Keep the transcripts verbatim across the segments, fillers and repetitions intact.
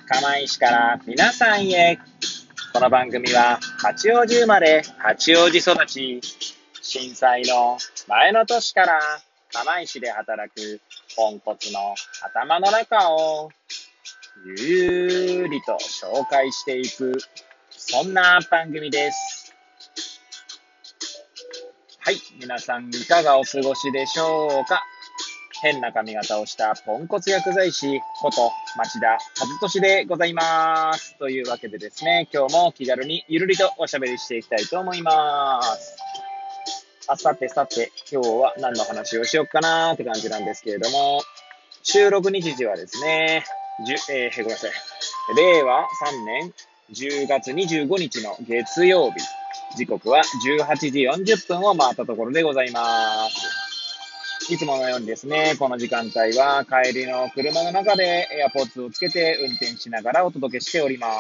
釜石から皆さんへ。この番組は八王子生まれ、八王子育ち、震災の前の年から釜石で働くポンコツの頭の中をゆるりと紹介していく、そんな番組です。はい、皆さんいかがお過ごしでしょうか。変な髪型をしたポンコツ薬剤師こと町田和俊でございます。というわけでですね、今日も気軽にゆるりとおしゃべりしていきたいと思います。あ、さてさて、今日は何の話をしようかなーって感じなんですけれども、収録日時はですね、じゅえー、ごめんなさい。れいわさんねんじゅうがつにじゅうごにちの月曜日、時刻はじゅうはちじよんじゅっぷんを回ったところでございます。いつものようにですね、この時間帯は帰りの車の中でエアポッツをつけて運転しながらお届けしております。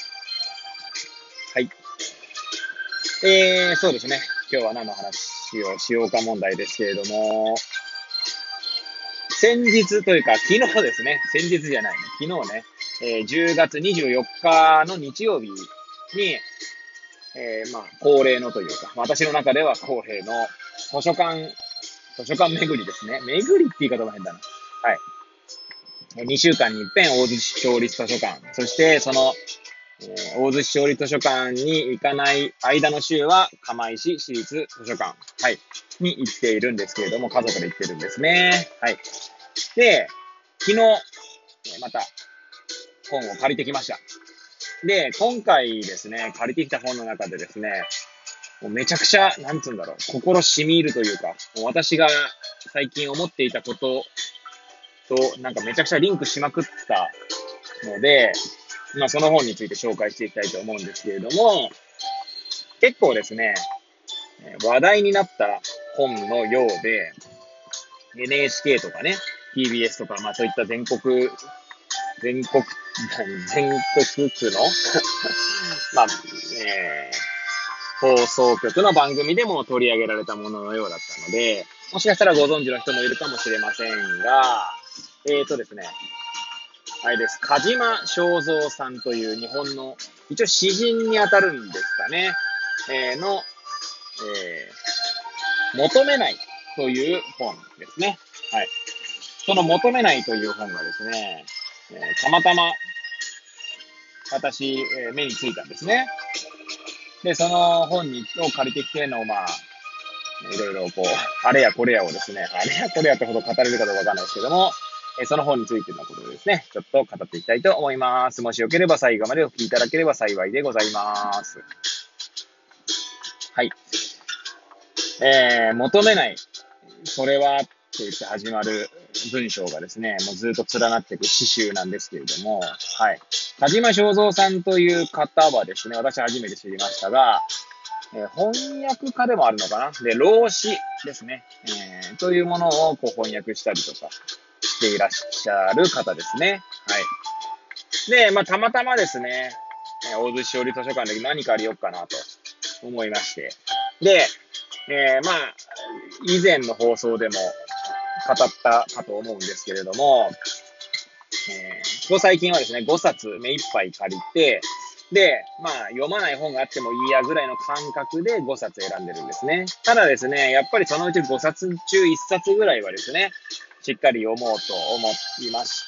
はい。えー、そうですね。今日は何の話をしようか問題ですけれども、先日というか昨日ですね、先日じゃないね、昨日ね、えー、じゅうがつにじゅうよっかの日曜日に、えー、まあ、恒例のというか、私の中では恒例の図書館、図書館巡りですね。巡りって言い方も変だな。はい。にしゅうかんに一遍大洲市町立図書館、そしてその、えー、大洲市町立図書館に行かない間の週は釜石市立図書館、はい、に行っているんですけれども、家族で行ってるんですね。はい。で、昨日、また本を借りてきました。で、今回ですね、借りてきた本の中でですね、もうめちゃくちゃ、なんつうんだろう、心染み入るというか、もう私が最近思っていたことと、なんかめちゃくちゃリンクしまくったので、まあその本について紹介していきたいと思うんですけれども、結構ですね、話題になった本のようで、エヌエイチケー とかね、ティービーエス とか、まあそういった全国、全国、全国区のまあ、えー、放送局の番組でも取り上げられたもののようだったので、もしかしたらご存知の人もいるかもしれませんが、えーとですね、あれです。鹿島正三さんという日本の、一応詩人にあたるんですかね、えー、の、えー、求めないという本ですね。はい。その求めないという本がですね、えー、たまたま私、えー、目についたんですね。で、その本にを借りてきての、まあ、いろいろこう、あれやこれやをですね、あれやこれやってほど語れるかどうかわかんないですけども、えその本についてのことをですね、ちょっと語っていきたいと思います。もしよければ最後までお聞きいただければ幸いでございます。はい。えー、求めない。それは、と言って始まる文章がですね、もうずっと連なっていく詩集なんですけれども、はい。鹿島正三さんという方はですね、私初めて知りましたが、えー、翻訳家でもあるのかなで、老子ですね。えー、というものをこう翻訳したりとかしていらっしゃる方ですね。はい。で、まあ、たまたまですね、えー、大洲市立図書館で何借りようかなと思いまして。で、えー、まあ、以前の放送でも語ったかと思うんですけれども、えー、ここ最近はですね、ごさつ目いっぱい借りて、で、まあ、読まない本があってもいいやぐらいの感覚でごさつ選んでるんですね。ただですね、やっぱりそのうちごさつ中いっさつぐらいはですね、しっかり読もうと思いまして、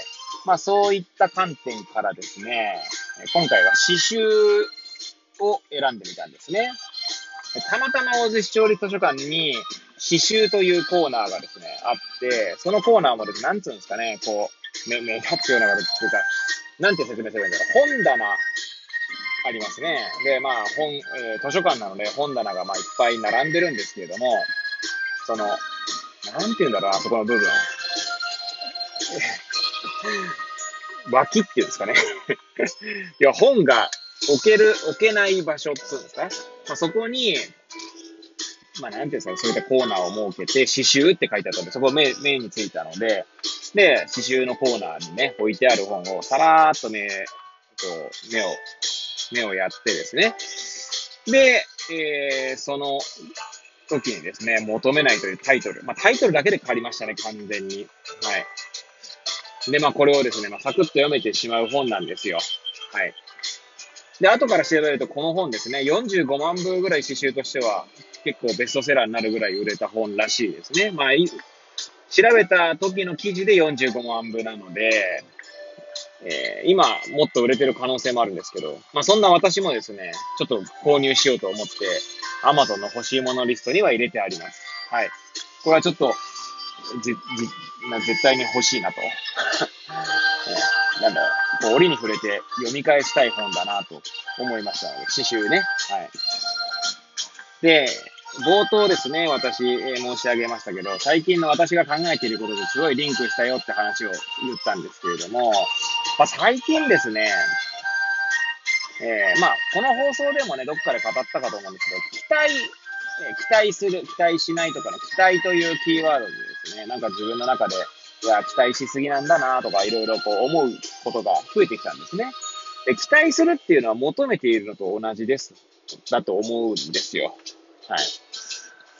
まあそういった観点からですね、今回は詩集を選んでみたんですね。たまたま大洲市町立図書館に詩集というコーナーがですね、あって、そのコーナーもですね、なんつうんですかね、こう、目、目立つような形というか、なんて説明すればいいんだろう。本棚ありますね。で、まあ、本、えー、図書館なので本棚がまあいっぱい並んでるんですけれども、その、なんて言うんだろう、あそこの部分。脇っていうんですかね。いや、本が置ける、置けない場所っていうんですか。まあ、そこに、まあ、なんていうんですかね、そういったコーナーを設けて、詩集って書いてあったんで、そこ目、目についたので、で、詩集のコーナーにね、置いてある本をさらーっと目、こう、目を、目をやってですね。で、えー、その時にですね、求めないというタイトル。まあ、タイトルだけで借りましたね、完全に。はい。 で、まあこれをですね、まあサクッと読めてしまう本なんですよ。はい。で、後から調べるとこの本ですね、よんじゅうごまんぶぐらい詩集としては結構ベストセラーになるぐらい売れた本らしいですね。まあ、調べた時の記事でよんじゅうごまんぶなので、えー、今もっと売れてる可能性もあるんですけど、まあそんな私もですね、ちょっと購入しようと思って、Amazon の欲しいものリストには入れてあります。はい。これはちょっと、じ、じ、まあ、絶対に欲しいなと。えー、なんだろう、こう折に触れて読み返したい本だなと思いましたので、詩集ね。はい。で、冒頭ですね、私、えー申し上げましたけど、最近の私が考えていることですごいリンクしたよって話を言ったんですけれども、まあ、最近ですね、えーまあ、この放送でもね、どっかで語ったかと思うんですけど、期待、えー期待する、期待しないとかの期待というキーワードでですね、なんか自分の中で、いや、期待しすぎなんだなとか、いろいろこう思うことが増えてきたんですね。で、期待するっていうのは求めているのと同じです。だと思うんですよ。はい。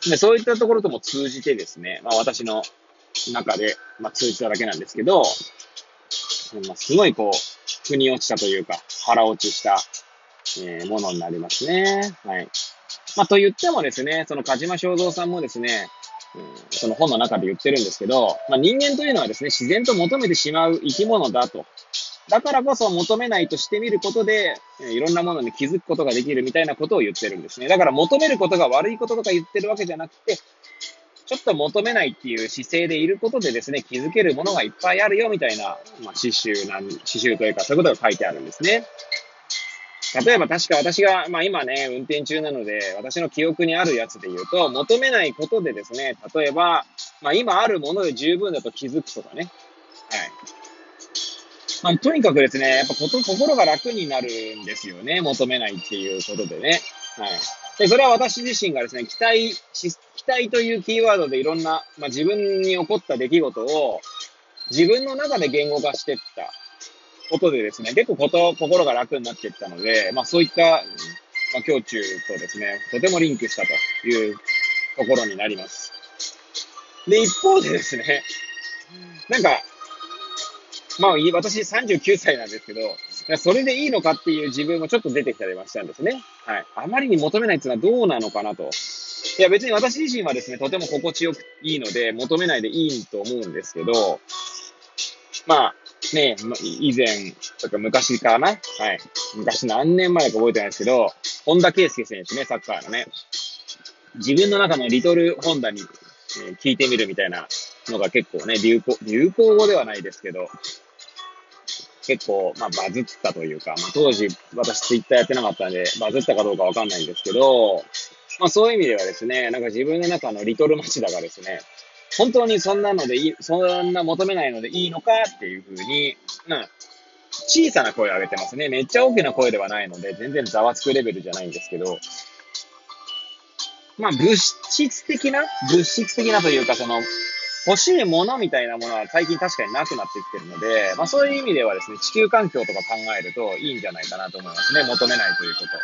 で、そういったところとも通じてですね、まあ私の中で、まあ通じただけなんですけど、まあ、すごいこう、腑に落ちたというか、腹落ちした、えーものになりますね。はい。まあ、と言ってもですね、その鹿島正三さんもですね、うん、その本の中で言ってるんですけど、まあ、人間というのはですね、自然と求めてしまう生き物だと。だからこそ求めないとしてみることで、えーいろんなものに気づくことができるみたいなことを言ってるんですね。だから求めることが悪いこととか言ってるわけじゃなくて、ちょっと求めないっていう姿勢でいることでですね、気づけるものがいっぱいあるよみたいな、まあ、詩集なん、詩集というかそういうことが書いてあるんですね。例えば確か私が、まあ今ね、運転中なので、私の記憶にあるやつで言うと、求めないことでですね、例えば、まあ今あるもので十分だと気づくとかね。はい。まあとにかくですね、やっぱこと、心が楽になるんですよね。求めないっていうことでね。はい。で、それは私自身がですね、期待し、期待というキーワードでいろんな、まあ自分に起こった出来事を自分の中で言語化していったことでですね、結構こと、心が楽になっていったので、まあそういった、まあ、胸中とですね、とてもリンクしたというところになります。で、一方でですね、なんか、まあ私さんじゅうきゅうさいなんですけど、それでいいのかっていう自分もちょっと出てきたりはしたんですね。はい。あまりに求めないっていうのはどうなのかなと。いや別に私自身はですね、とても心地よくいいので、求めないでいいと思うんですけど、まあ、ね、以前、とか昔かなはい。昔何年前か覚えてないですけど、本田圭佑選手ね、サッカーのね、自分の中のリトルホンダに、えー聞いてみるみたいなのが結構ね、流行、流行語ではないですけど、結構、まあ、バズったというか、まあ、当時、私ツイッターやってなかったんで、バズったかどうかわかんないんですけど、まあ、そういう意味ではですね、なんか自分の中のリトル町田がですね、本当にそんなのでいい、そんな求めないのでいいのかっていうふうに、まあ、小さな声を上げてますね。めっちゃ大きな声ではないので、全然ざわつくレベルじゃないんですけど、まあ、物質的な、物質的なというか、その、欲しいものみたいなものは最近確かになくなってきてるので、まあそういう意味ではですね、地球環境とか考えるといいんじゃないかなと思いますね。求めないということ。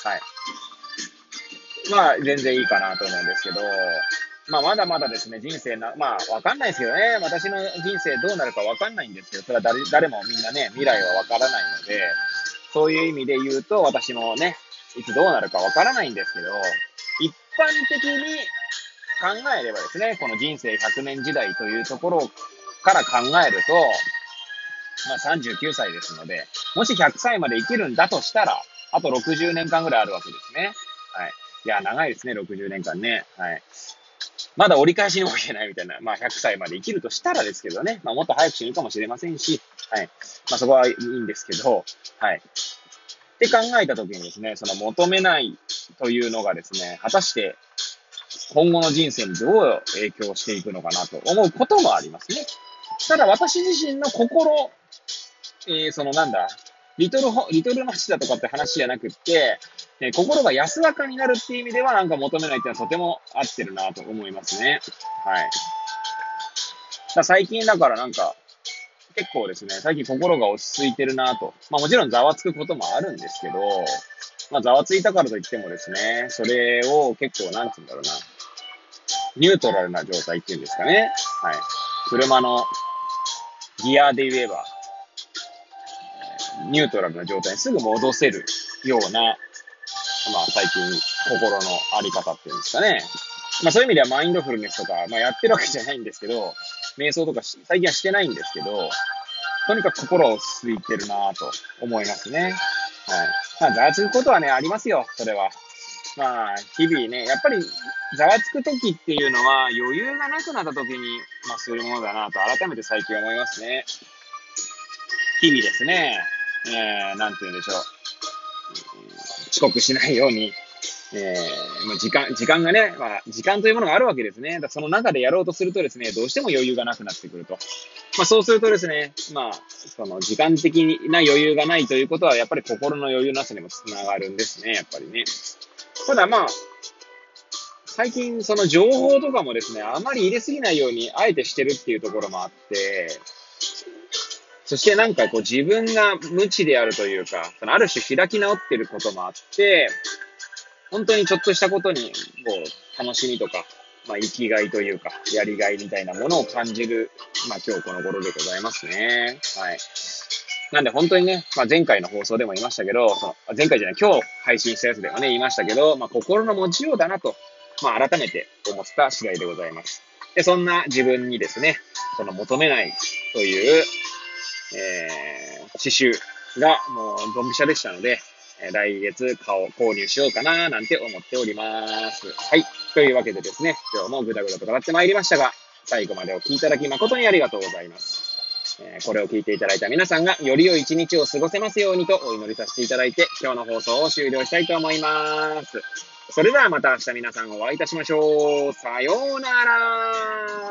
はい。まあ全然いいかなと思うんですけど、まあまだまだですね、人生な、まあわかんないですけどね、私の人生どうなるかわかんないんですけど、それは誰誰もみんなね、未来はわからないので、そういう意味で言うと、私もね、いつどうなるかわからないんですけど、一般的に考えればですね、この人生ひゃくねん時代というところから考えると、まあさんじゅうきゅうさいですので、もしひゃくさいまで生きるんだとしたら、あとろくじゅうねんかんぐらいあるわけですね。はい。いや、長いですね、ろくじゅうねんかんね。はい。まだ折り返しにもいけないみたいな、まあひゃくさいまで生きるとしたらですけどね、まあもっと早く死ぬかもしれませんし、はい。まあそこはいいんですけど、はい。って考えたときにですね、その求めないというのがですね、果たして今後の人生にどう影響していくのかなと思うこともありますね。ただ私自身の心、えー、そのなんだ、リトルホ、リトルマッチだとかって話じゃなくって、えー心が安らかになるっていう意味ではなんか求めないっていうのはとても合ってるなと思いますね。はい。だ最近だからなんか、結構ですね、最近心が落ち着いてるなと。まあもちろんざわつくこともあるんですけど、まあざわついたからといってもですね、それを結構なんて言うんだろうな、ニュートラルな状態っていうんですかね。はい。車のギアで言えば、ニュートラルな状態にすぐ戻せるような、まあ最近心のあり方っていうんですかね。まあそういう意味ではマインドフルネスとか、まあやってるわけじゃないんですけど、瞑想とか最近はしてないんですけど、とにかく心を空いてるなぁと思いますね。はい。まあざわつくことはね、ありますよ、それは。まあ日々ね、やっぱりざわつく時っていうのは余裕がなくなった時に、まあするものだなと改めて最近思いますね。日々ですね、えー、なんて言うんでしょう。遅刻しないように、えー、まあ、時間、時間がね、まあ、時間というものがあるわけですね。だその中でやろうとするとですね、どうしても余裕がなくなってくると。まあ、そうするとですね、まあ、その時間的な余裕がないということは、やっぱり心の余裕なさにもつながるんですね、やっぱりね。ただまあ、最近その情報とかもですね、あまり入れすぎないように、あえてしてるっていうところもあって、そしてなんかこう自分が無知であるというか、そのある種開き直ってることもあって、本当にちょっとしたことに、こう、楽しみとか、まあ、生きがいというか、やりがいみたいなものを感じる、まあ、今日この頃でございますね。はい。なんで本当にね、まあ、前回の放送でも言いましたけど、その前回じゃない、今日配信したやつではね、言いましたけど、まあ、心の持ちようだなと、まあ、改めて思った次第でございます。で、そんな自分にですね、その求めないという、えー、刺繍がもうドンピシャでしたので、来月買購入しようかななんて思っております。はい。というわけでですね、今日もぐだぐだと語ってまいりましたが、最後までお聞きいただき誠にありがとうございます。えー、これを聞いていただいた皆さんがより良い一日を過ごせますようにとお祈りさせていただいて、今日の放送を終了したいと思います。それではまた明日皆さんお会いいたしましょう。さようなら。